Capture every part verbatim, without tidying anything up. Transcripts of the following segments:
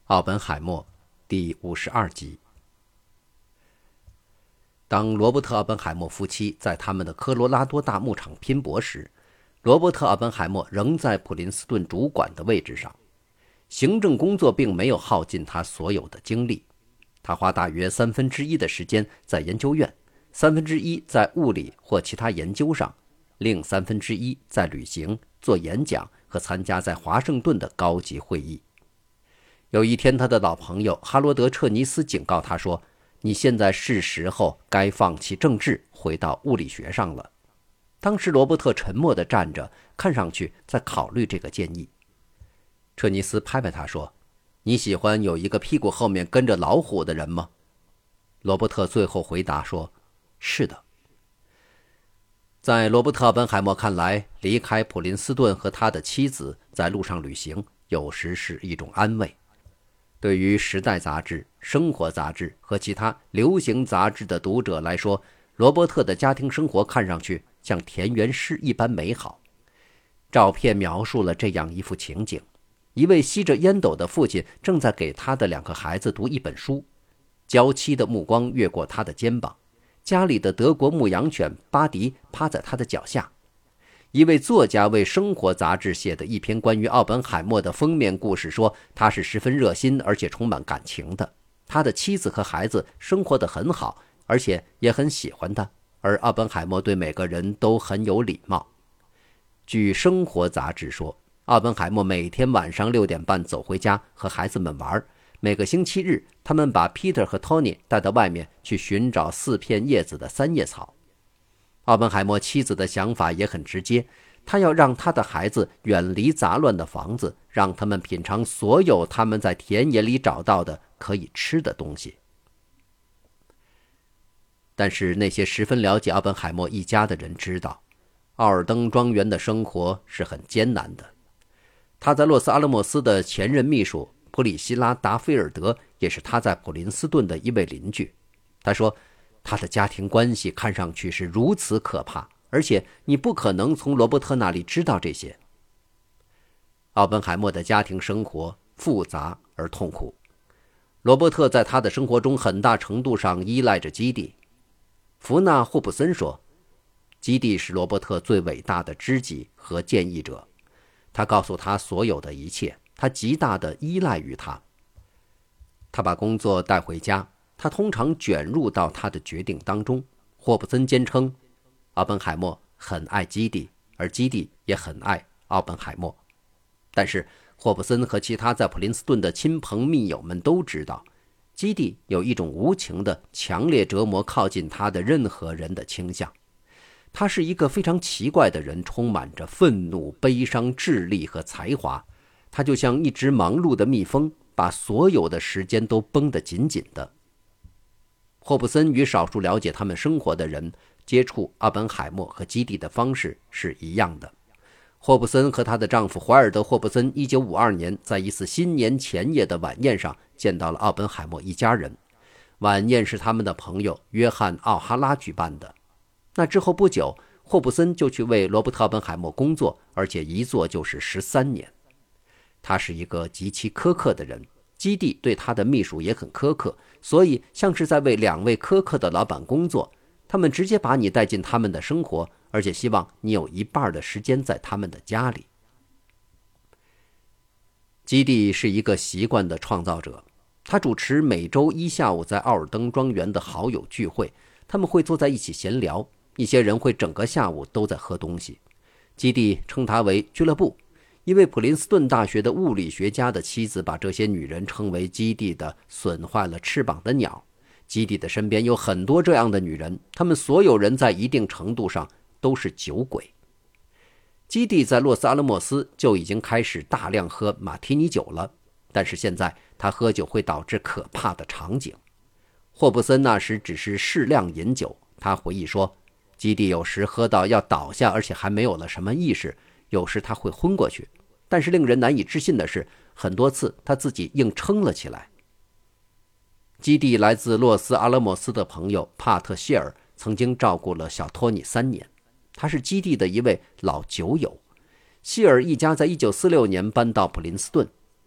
奥本海默第五十二集。当罗伯特·奥本海默夫妻在他们的科罗拉多大牧场拼搏时，罗伯特·奥本海默仍在普林斯顿主管的位置上。行政工作并没有耗尽他所有的精力，他花大约三分之一的时间在研究院，三分之一在物理或其他研究上，另三分之一在旅行、做演讲和参加在华盛顿的高级会议。有一天，他的老朋友哈罗德·彻尼斯警告他说，你现在是时候该放弃政治，回到物理学上了。当时罗伯特沉默地站着，看上去在考虑这个建议。彻尼斯拍拍他说，你喜欢有一个屁股后面跟着老虎的人吗？罗伯特最后回答说，是的。在罗伯特·奥本海默看来，离开普林斯顿和他的妻子在路上旅行有时是一种安慰。对于《时代》杂志、《生活》杂志和其他流行杂志的读者来说，罗伯特的家庭生活看上去像田园诗一般美好。照片描述了这样一幅情景：一位吸着烟斗的父亲正在给他的两个孩子读一本书，娇妻的目光越过他的肩膀，家里的德国牧羊犬巴迪趴在他的脚下。一位作家为《生活》杂志写的一篇关于奥本海默的封面故事说，他是十分热心而且充满感情的，他的妻子和孩子生活得很好，而且也很喜欢他，而奥本海默对每个人都很有礼貌。据《生活》杂志说，奥本海默每天晚上六点半走回家和孩子们玩，每个星期日他们把 Peter 和 Tony 带到外面去寻找四片叶子的三叶草。奥本海默妻子的想法也很直接，他要让他的孩子远离杂乱的房子，让他们品尝所有他们在田野里找到的可以吃的东西。但是那些十分了解奥本海默一家的人知道，奥尔登庄园的生活是很艰难的。他在洛斯阿拉莫斯的前任秘书普里希拉·达菲尔德也是他在普林斯顿的一位邻居。他说，他的家庭关系看上去是如此可怕，而且你不可能从罗伯特那里知道这些。奥本海默的家庭生活复杂而痛苦。罗伯特在他的生活中很大程度上依赖着基地。福纳·霍普森说，基地是罗伯特最伟大的知己和建议者，他告诉他所有的一切，他极大的依赖于他。他把工作带回家，他通常卷入到他的决定当中。霍普森坚称，奥本海默很爱基地，而基地也很爱奥本海默。但是霍普森和其他在普林斯顿的亲朋密友们都知道，基地有一种无情的强烈折磨靠近他的任何人的倾向。他是一个非常奇怪的人，充满着愤怒、悲伤、智力和才华。他就像一只忙碌的蜜蜂，把所有的时间都绷得紧紧的。霍普森与少数了解他们生活的人接触奥本海默和基地的方式是一样的。霍普森和她的丈夫怀尔德·霍普森一九五二年在一次新年前夜的晚宴上见到了奥本海默一家人。晚宴是他们的朋友约翰·奥哈拉举办的。那之后不久，霍普森就去为罗伯特·奥本海默工作，而且一做就是十三年。他是一个极其苛刻的人，基地对他的秘书也很苛刻，所以像是在为两位苛刻的老板工作。他们直接把你带进他们的生活，而且希望你有一半的时间在他们的家里。基地是一个习惯的创造者，他主持每周一下午在奥尔登庄园的好友聚会，他们会坐在一起闲聊，一些人会整个下午都在喝东西。基地称它为俱乐部。一位普林斯顿大学的物理学家的妻子把这些女人称为基地的损坏了翅膀的鸟。基地的身边有很多这样的女人，她们所有人在一定程度上都是酒鬼。基地在洛斯阿拉莫斯就已经开始大量喝马提尼酒了，但是现在他喝酒会导致可怕的场景。霍普森那时只是适量饮酒，他回忆说，基地有时喝到要倒下，而且还没有了什么意识，有时他会昏过去，但是令人难以置信的是，很多次他自己硬撑了起来。基地来自洛斯阿拉莫斯的朋友帕特谢尔曾经照顾了小托尼三年，他是基地的一位老酒友。希尔一家在一九四六年搬到普林斯顿，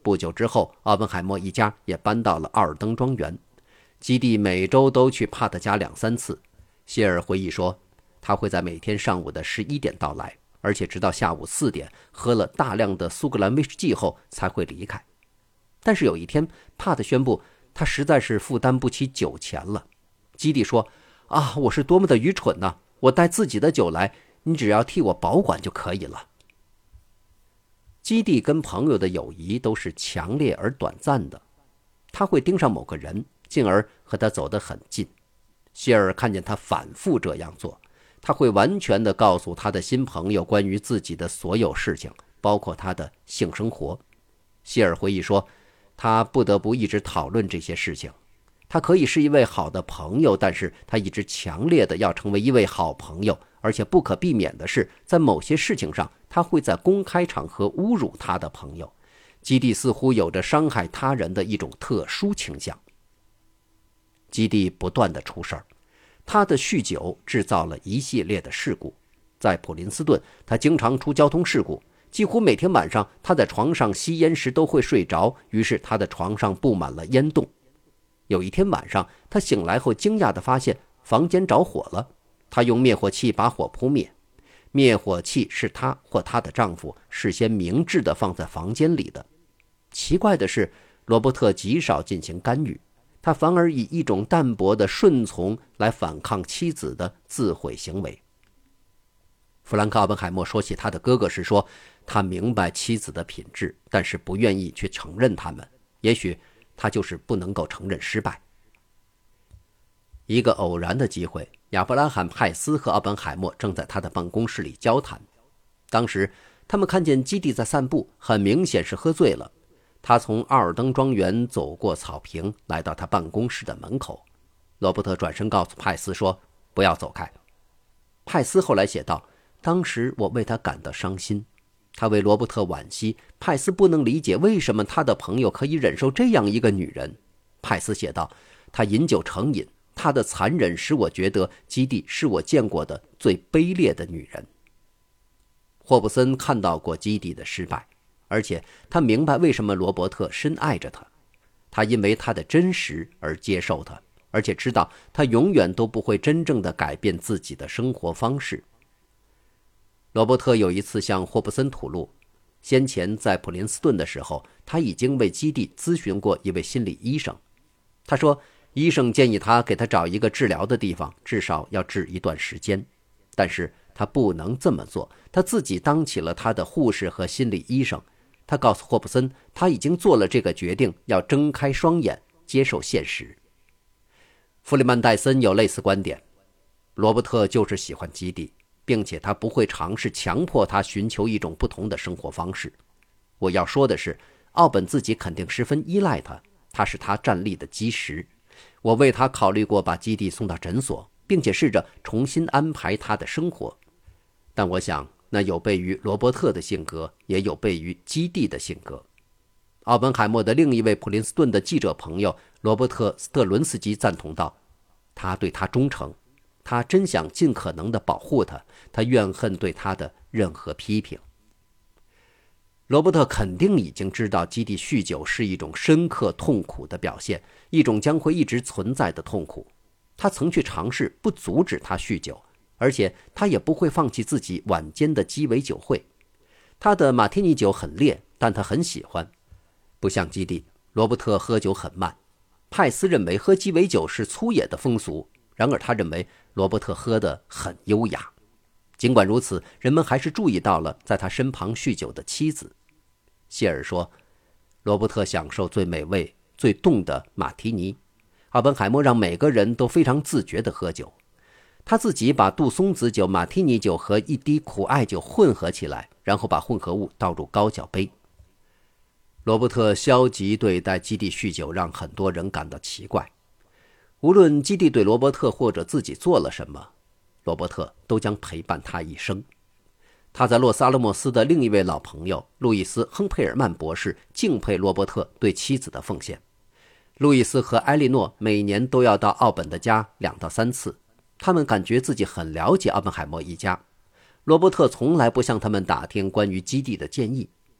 不久之后，奥本海默一家也搬到了奥尔登庄园。基地每周都去帕特家两三次。谢尔回忆说，他会在每天上午的十一点到来，而且直到下午四点喝了大量的苏格兰威士忌后才会离开。但是有一天，帕特宣布他实在是负担不起酒钱了。基地说，啊，我是多么的愚蠢啊，我带自己的酒来，你只要替我保管就可以了。基地跟朋友的友谊都是强烈而短暂的，他会盯上某个人，进而和他走得很近。谢尔看见他反复这样做，他会完全地告诉他的新朋友关于自己的所有事情，包括他的性生活。谢尔回忆说，他不得不一直讨论这些事情。他可以是一位好的朋友，但是他一直强烈的要成为一位好朋友，而且不可避免的是，在某些事情上，他会在公开场合侮辱他的朋友。基地似乎有着伤害他人的一种特殊倾向。基地不断的出事儿，他的酗酒制造了一系列的事故。在普林斯顿，他经常出交通事故，几乎每天晚上他在床上吸烟时都会睡着，于是他的床上布满了烟洞。有一天晚上，他醒来后惊讶地发现房间着火了，他用灭火器把火扑灭。灭火器是他或她的丈夫事先明智地放在房间里的。奇怪的是，罗伯特极少进行干预，他反而以一种淡薄的顺从来反抗妻子的自毁行为。弗兰克·奥本海默说起他的哥哥时说，他明白妻子的品质，但是不愿意去承认他们，也许他就是不能够承认失败。一个偶然的机会，亚伯拉罕·派斯和奥本海默正在他的办公室里交谈。当时他们看见基地在散步，很明显是喝醉了。他从奥尔登庄园走过草坪，来到他办公室的门口。罗伯特转身告诉派斯说，不要走开。派斯后来写道，当时我为他感到伤心，他为罗伯特惋惜。派斯不能理解为什么他的朋友可以忍受这样一个女人。派斯写道，他饮酒成瘾，他的残忍使我觉得基地是我见过的最卑劣的女人。霍布森看到过基地的失败，而且他明白为什么罗伯特深爱着他。他因为他的真实而接受他，而且知道他永远都不会真正的改变自己的生活方式。罗伯特有一次向霍布森吐露，先前在普林斯顿的时候，他已经为基地咨询过一位心理医生。他说，医生建议他给他找一个治疗的地方，至少要治一段时间。但是他不能这么做，他自己当起了他的护士和心理医生。他告诉霍布森，他已经做了这个决定，要睁开双眼，接受现实。弗里曼·戴森有类似观点，罗伯特就是喜欢基地，并且他不会尝试强迫他寻求一种不同的生活方式。我要说的是，奥本自己肯定十分依赖他，他是他站立的基石。我为他考虑过把基地送到诊所，并且试着重新安排他的生活，但我想那有悖于罗伯特的性格，也有悖于基地的性格。奥本海默的另一位普林斯顿的记者朋友罗伯特·斯特伦斯基赞同道，他对他忠诚，他真想尽可能地保护他，他怨恨对他的任何批评。罗伯特肯定已经知道基地酗酒是一种深刻痛苦的表现，一种将会一直存在的痛苦。他曾去尝试不阻止他酗酒，而且他也不会放弃自己晚间的鸡尾酒会。他的马提尼酒很烈，但他很喜欢。不像基地，罗伯特喝酒很慢。派斯认为喝鸡尾酒是粗野的风俗，然而他认为罗伯特喝得很优雅。尽管如此，人们还是注意到了在他身旁酗酒的妻子。谢尔说，罗伯特享受最美味、最冻的马提尼。奥本海默让每个人都非常自觉地喝酒。他自己把杜松子酒、马提尼酒和一滴苦艾酒混合起来，然后把混合物倒入高脚杯。罗伯特消极对待基地酗酒，让很多人感到奇怪。无论基地对罗伯特或者自己做了什么，罗伯特都将陪伴他一生。他在洛斯阿拉莫斯的另一位老朋友路易斯·亨佩尔曼博士敬佩罗伯特对妻子的奉献。路易斯和埃莉诺每年都要到奥本的家两到三次，他们感觉自己很了解奥本海默一家。罗伯特从来不向他们打听关于基地的建议，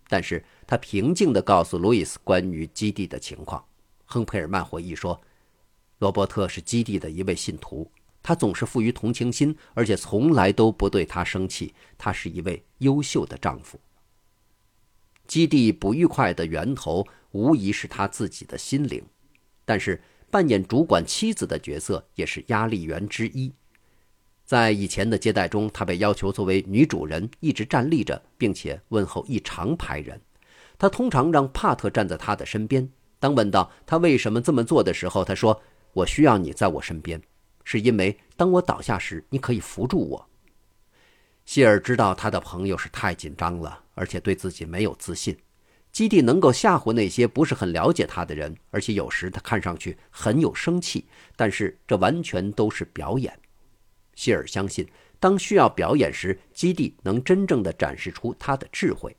但是他平静地告诉路易斯关于基地的情况。亨佩尔曼回忆说，罗伯特是基地的一位信徒，他总是富于同情心，而且从来都不对他生气，他是一位优秀的丈夫。基地不愉快的源头无疑是他自己的心灵，但是扮演主管妻子的角色也是压力源之一。在以前的接待中，他被要求作为女主人一直站立着，并且问候一长排人。他通常让帕特站在他的身边，当问到他为什么这么做的时候，他说，我需要你在我身边，是因为当我倒下时你可以扶住我。谢尔知道他的朋友是太紧张了，而且对自己没有自信。基地能够吓唬那些不是很了解他的人，而且有时他看上去很有生气，但是这完全都是表演。谢尔相信，当需要表演时，基地能真正地展示出他的智慧。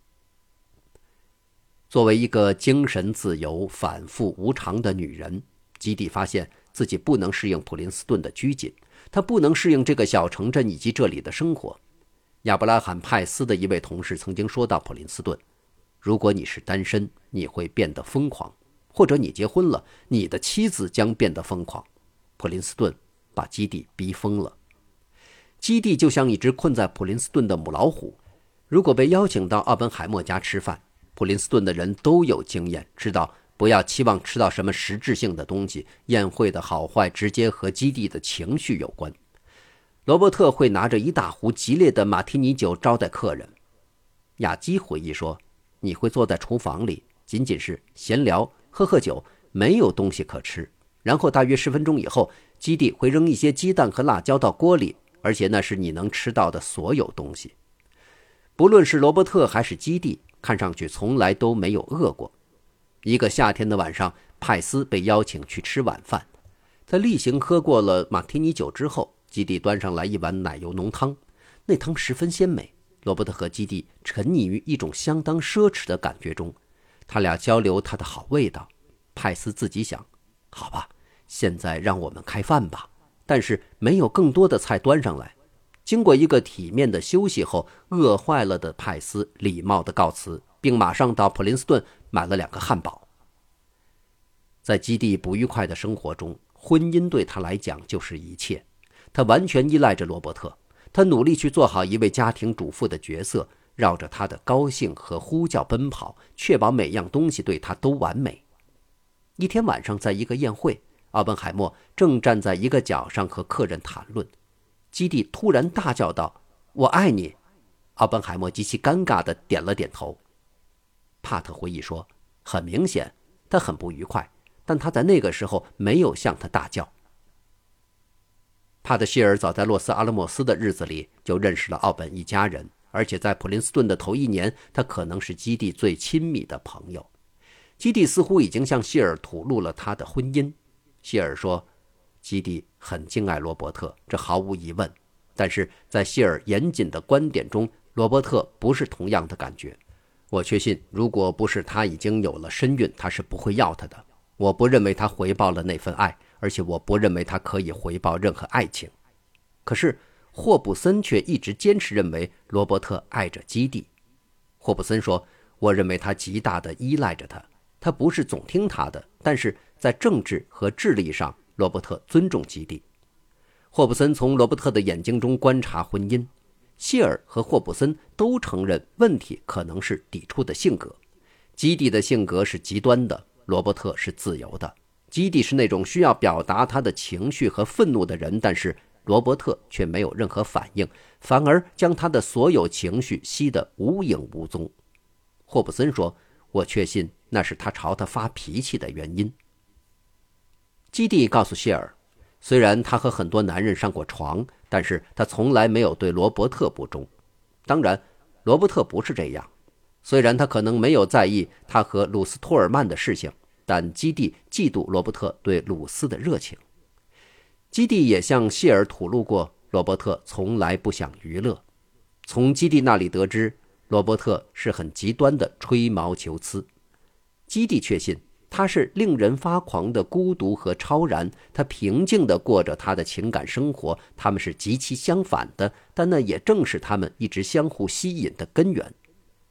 作为一个精神自由、反复无常的女人，基地发现自己不能适应普林斯顿的拘谨，她不能适应这个小城镇以及这里的生活。亚伯拉罕·派斯的一位同事曾经说到普林斯顿，如果你是单身，你会变得疯狂，或者你结婚了，你的妻子将变得疯狂。普林斯顿把基地逼疯了。基地就像一只困在普林斯顿的母老虎，如果被邀请到奥本海默家吃饭，普林斯顿的人都有经验，知道不要期望吃到什么实质性的东西，宴会的好坏直接和基地的情绪有关。罗伯特会拿着一大壶激烈的马提尼酒招待客人。雅基回忆说，你会坐在厨房里，仅仅是闲聊，喝喝酒，没有东西可吃。然后大约十分钟以后，基地会扔一些鸡蛋和辣椒到锅里，而且那是你能吃到的所有东西。不论是罗伯特还是基地，看上去从来都没有饿过。一个夏天的晚上，派斯被邀请去吃晚饭。在例行喝过了马提尼酒之后，基地端上来一碗奶油浓汤，那汤十分鲜美。罗伯特和基地沉溺于一种相当奢侈的感觉中，他俩交流它的好味道。派斯自己想，好吧，现在让我们开饭吧。但是没有更多的菜端上来。经过一个体面的休息后，饿坏了的派斯礼貌地告辞，并马上到普林斯顿买了两个汉堡。在基地不愉快的生活中，婚姻对他来讲就是一切。他完全依赖着罗伯特，他努力去做好一位家庭主妇的角色，绕着他的高兴和呼叫奔跑，确保每样东西对他都完美。一天晚上，在一个宴会，奥本海默正站在一个角上和客人谈论，基地突然大叫道，我爱你。奥本海默极其尴尬地点了点头。帕特回忆说，很明显他很不愉快，但他在那个时候没有向他大叫。帕特希尔早在洛斯阿拉莫斯的日子里就认识了奥本一家人，而且在普林斯顿的头一年，他可能是基地最亲密的朋友。基地似乎已经向希尔吐露了他的婚姻。希尔说，基地很敬爱罗伯特，这毫无疑问，但是在希尔严谨的观点中，罗伯特不是同样的感觉。我确信，如果不是他已经有了身孕，他是不会要他的。我不认为他回报了那份爱，而且我不认为他可以回报任何爱情。可是霍普森却一直坚持认为罗伯特爱着基地。霍普森说，我认为他极大地依赖着他，他不是总听他的，但是在政治和智力上，罗伯特尊重基地。霍普森从罗伯特的眼睛中观察婚姻。希尔和霍普森都承认问题可能是抵触的性格。基地的性格是极端的，罗伯特是自由的。基地是那种需要表达他的情绪和愤怒的人，但是罗伯特却没有任何反应，反而将他的所有情绪吸得无影无踪。霍普森说，我确信那是他朝他发脾气的原因。基地告诉谢尔，虽然他和很多男人上过床，但是他从来没有对罗伯特不忠。当然，罗伯特不是这样。虽然他可能没有在意他和鲁斯托尔曼的事情，但基地嫉妒罗伯特对鲁斯的热情。基地也向谢尔吐露过，罗伯特从来不想娱乐。从基地那里得知，罗伯特是很极端的吹毛求疵。基地确信他是令人发狂的孤独和超然，他平静地过着他的情感生活，他们是极其相反的，但那也正是他们一直相互吸引的根源。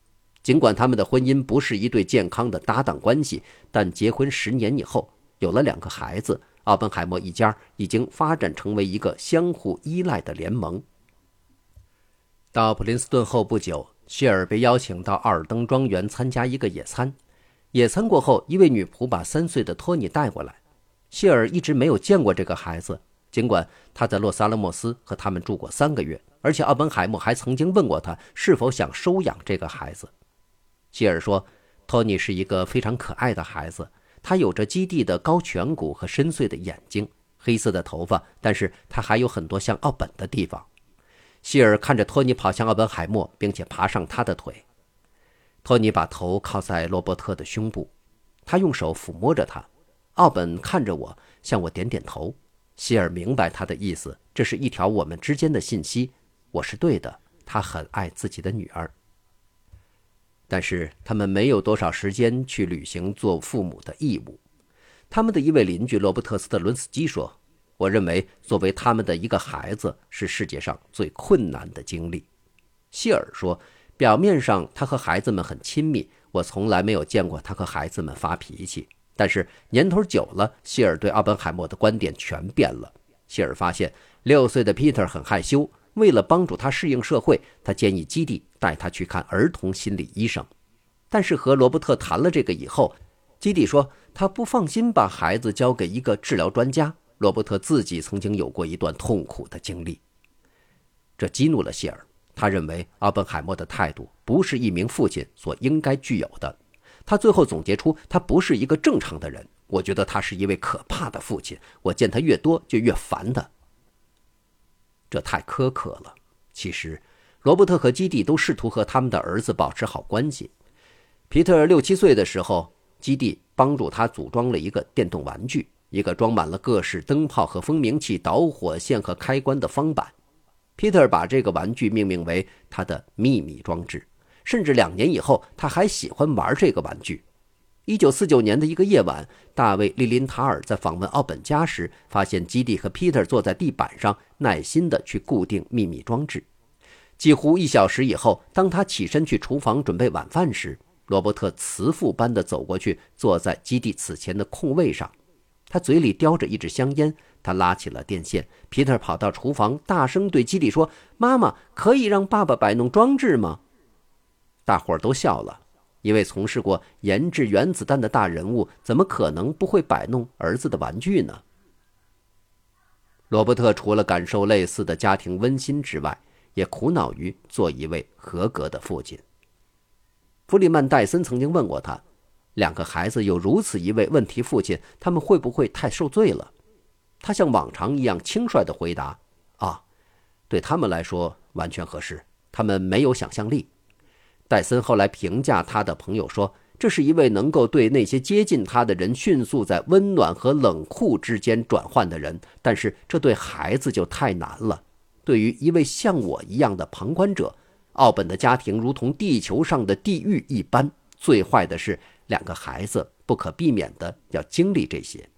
尽管他们的婚姻不是一对健康的搭档关系，但结婚十年以后，有了两个孩子，奥本海默一家已经发展成为一个相互依赖的联盟。到普林斯顿后不久，谢尔被邀请到奥尔登庄园参加一个野餐。野餐过后，一位女仆把三岁的托尼带过来。谢尔一直没有见过这个孩子，尽管他在洛萨勒莫斯和他们住过三个月，而且奥本海默还曾经问过他是否想收养这个孩子。谢尔说，托尼是一个非常可爱的孩子，他有着基地的高颧骨和深邃的眼睛，黑色的头发，但是他还有很多像奥本的地方。谢尔看着托尼跑向奥本海默，并且爬上他的腿。托尼把头靠在罗伯特的胸部，他用手抚摸着他。奥本看着我，向我点点头。谢尔明白他的意思，这是一条我们之间的信息，我是对的，他很爱自己的女儿。但是他们没有多少时间去履行做父母的义务。他们的一位邻居罗伯特斯特伦斯基说，我认为作为他们的一个孩子是世界上最困难的经历。谢尔说，表面上他和孩子们很亲密，我从来没有见过他和孩子们发脾气。但是年头久了，谢尔对奥本海默的观点全变了。谢尔发现六岁的 Peter 很害羞，为了帮助他适应社会，他建议基地带他去看儿童心理医生。但是和罗伯特谈了这个以后，基地说他不放心把孩子交给一个治疗专家。罗伯特自己曾经有过一段痛苦的经历，这激怒了谢尔。他认为奥本海默的态度不是一名父亲所应该具有的。他最后总结出，他不是一个正常的人。我觉得他是一位可怕的父亲，我见他越多就越烦他。这太苛刻了。其实罗伯特和基地都试图和他们的儿子保持好关系。皮特六七岁的时候，基地帮助他组装了一个电动玩具，一个装满了各式灯泡和蜂鸣器、导火线和开关的方板。皮特把这个玩具命名为他的秘密装置，甚至两年以后他还喜欢玩这个玩具。一九四九年的一个夜晚，大卫·利林塔尔在访问奥本家时，发现基地和皮特坐在地板上耐心地去固定秘密装置。几乎一小时以后，当他起身去厨房准备晚饭时，罗伯特慈父般地走过去，坐在基地此前的空位上。他嘴里叼着一支香烟，他拉起了电线。皮特跑到厨房，大声对基地说，妈妈，可以让爸爸摆弄装置吗？大伙儿都笑了。一位从事过研制原子弹的大人物，怎么可能不会摆弄儿子的玩具呢？罗伯特除了感受类似的家庭温馨之外，也苦恼于做一位合格的父亲。弗里曼·戴森曾经问过他，两个孩子有如此一位问题父亲，他们会不会太受罪了？他像往常一样轻率地回答，啊，对他们来说完全合适，他们没有想象力。戴森后来评价他的朋友说，这是一位能够对那些接近他的人迅速在温暖和冷酷之间转换的人，但是这对孩子就太难了。对于一位像我一样的旁观者，奥本的家庭如同地球上的地狱一般，最坏的是两个孩子不可避免的要经历这些。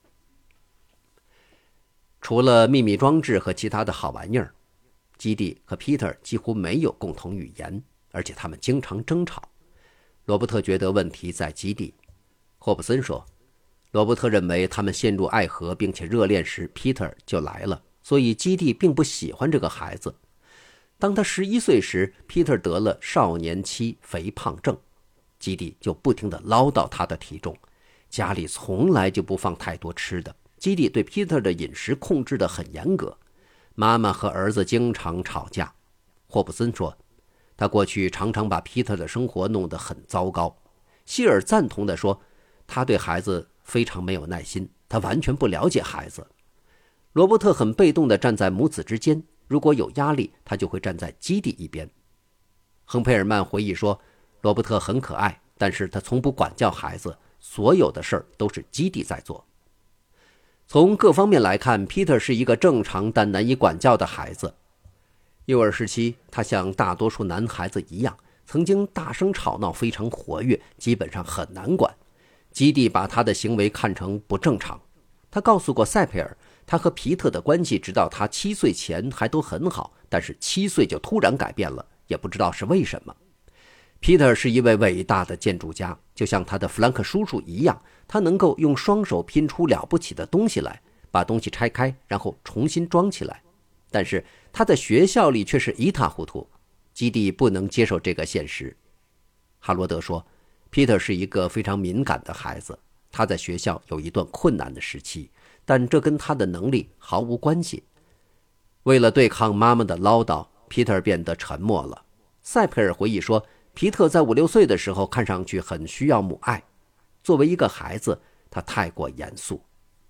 除了秘密装置和其他的好玩意儿，基地和 Peter 几乎没有共同语言，而且他们经常争吵。罗伯特觉得问题在基地。霍布森说，罗伯特认为他们陷入爱河并且热恋时 Peter 就来了，所以基地并不喜欢这个孩子。当他十一岁时 Peter 得了少年期肥胖症，基地就不停地唠叨他的体重。家里从来就不放太多吃的，基地对 Peter 的饮食控制得很严格。妈妈和儿子经常吵架。霍布森说，他过去常常把 Peter 的生活弄得很糟糕。希尔赞同地说，他对孩子非常没有耐心，他完全不了解孩子。罗伯特很被动地站在母子之间，如果有压力，他就会站在基地一边。亨佩尔曼回忆说，罗伯特很可爱，但是他从不管教孩子，所有的事儿都是基地在做。从各方面来看， Peter 是一个正常但难以管教的孩子。幼儿时期，他像大多数男孩子一样，曾经大声吵闹，非常活跃，基本上很难管。基地把他的行为看成不正常。他告诉过塞佩尔，他和皮特的关系直到他七岁前还都很好，但是七岁就突然改变了，也不知道是为什么。 皮特是一位伟大的建筑家，就像他的弗兰克叔叔一样，他能够用双手拼出了不起的东西来，把东西拆开，然后重新装起来。但是他在学校里却是一塌糊涂，基地不能接受这个现实。哈罗德说，皮特是一个非常敏感的孩子，他在学校有一段困难的时期，但这跟他的能力毫无关系。为了对抗妈妈的唠叨，皮特变得沉默了。塞佩尔回忆说，皮特在五六岁的时候看上去很需要母爱，作为一个孩子，他太过严肃。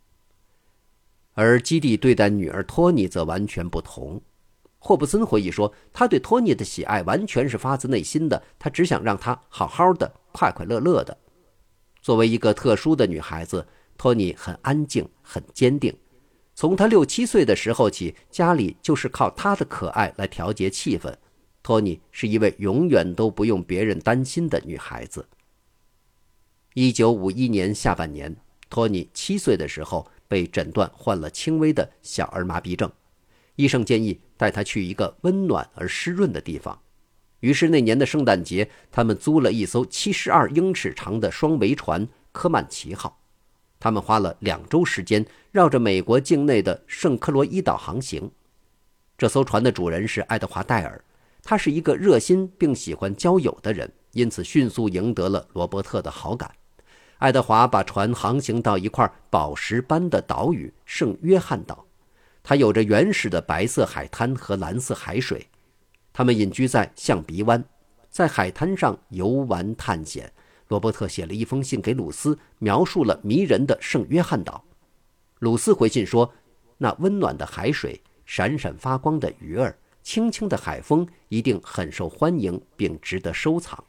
而基地对待女儿托尼则完全不同。霍布森回忆说，他对托尼的喜爱完全是发自内心的，他只想让她好好的，快快乐乐的。作为一个特殊的女孩子，托尼很安静，很坚定。从她六七岁的时候起，家里就是靠她的可爱来调节气氛。托尼是一位永远都不用别人担心的女孩子。一九五一年下半年，托尼七岁的时候被诊断患了轻微的小儿麻痹症，医生建议带她去一个温暖而湿润的地方。于是那年的圣诞节，他们租了一艘七十二英尺长的双桅船科曼奇号。他们花了两周时间绕着美国境内的圣克罗伊岛航行。这艘船的主人是爱德华·戴尔，他是一个热心并喜欢交友的人，因此迅速赢得了罗伯特的好感。爱德华把船航行到一块宝石般的岛屿圣约翰岛，它有着原始的白色海滩和蓝色海水。他们隐居在象鼻湾，在海滩上游玩探险。罗伯特写了一封信给鲁斯，描述了迷人的圣约翰岛。鲁斯回信说，那温暖的海水，闪闪发光的鱼儿，轻轻的海风一定很受欢迎并值得收藏。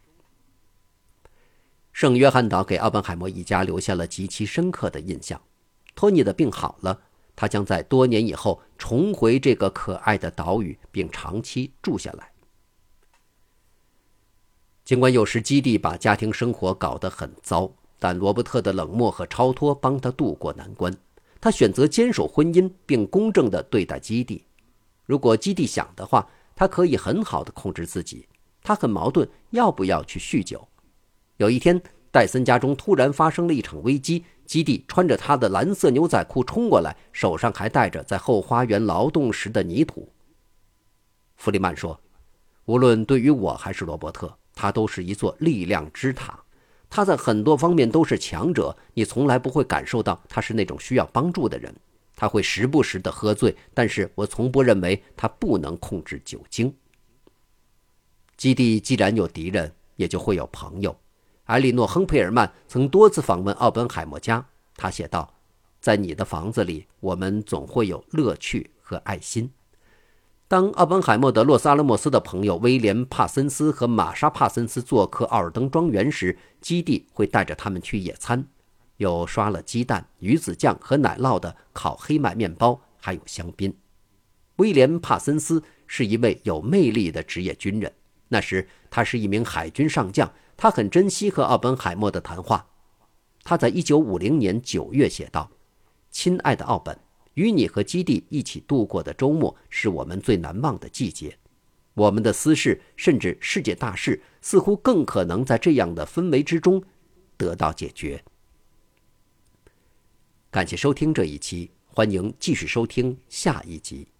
圣约翰岛给奥本海默一家留下了极其深刻的印象。托尼的病好了，他将在多年以后重回这个可爱的岛屿，并长期住下来。尽管有时基地把家庭生活搞得很糟，但罗伯特的冷漠和超脱帮他渡过难关。他选择坚守婚姻，并公正地对待基地。如果基地想的话，他可以很好地控制自己。他很矛盾，要不要去酗酒。有一天，戴森家中突然发生了一场危机，基地穿着他的蓝色牛仔裤冲过来，手上还带着在后花园劳动时的泥土。弗里曼说，无论对于我还是罗伯特，他都是一座力量之塔。他在很多方面都是强者，你从来不会感受到他是那种需要帮助的人。他会时不时地喝醉，但是我从不认为他不能控制酒精。基地既然有敌人，也就会有朋友。埃莉诺·亨佩尔曼曾多次访问奥本海默家，他写道，在你的房子里，我们总会有乐趣和爱心。当奥本海默的洛斯阿拉莫斯的朋友威廉·帕森斯和玛莎·帕森斯做客奥尔登庄园时，基地会带着他们去野餐，有刷了鸡蛋、鱼子酱和奶酪的烤黑麦面包，还有香槟。威廉·帕森斯是一位有魅力的职业军人，那时他是一名海军上将，他很珍惜和奥本海默的谈话。他在一九五零年九月写道，亲爱的奥本，与你和基地一起度过的周末是我们最难忘的季节。我们的私事甚至世界大事似乎更可能在这样的氛围之中得到解决。感谢收听这一期，欢迎继续收听下一集。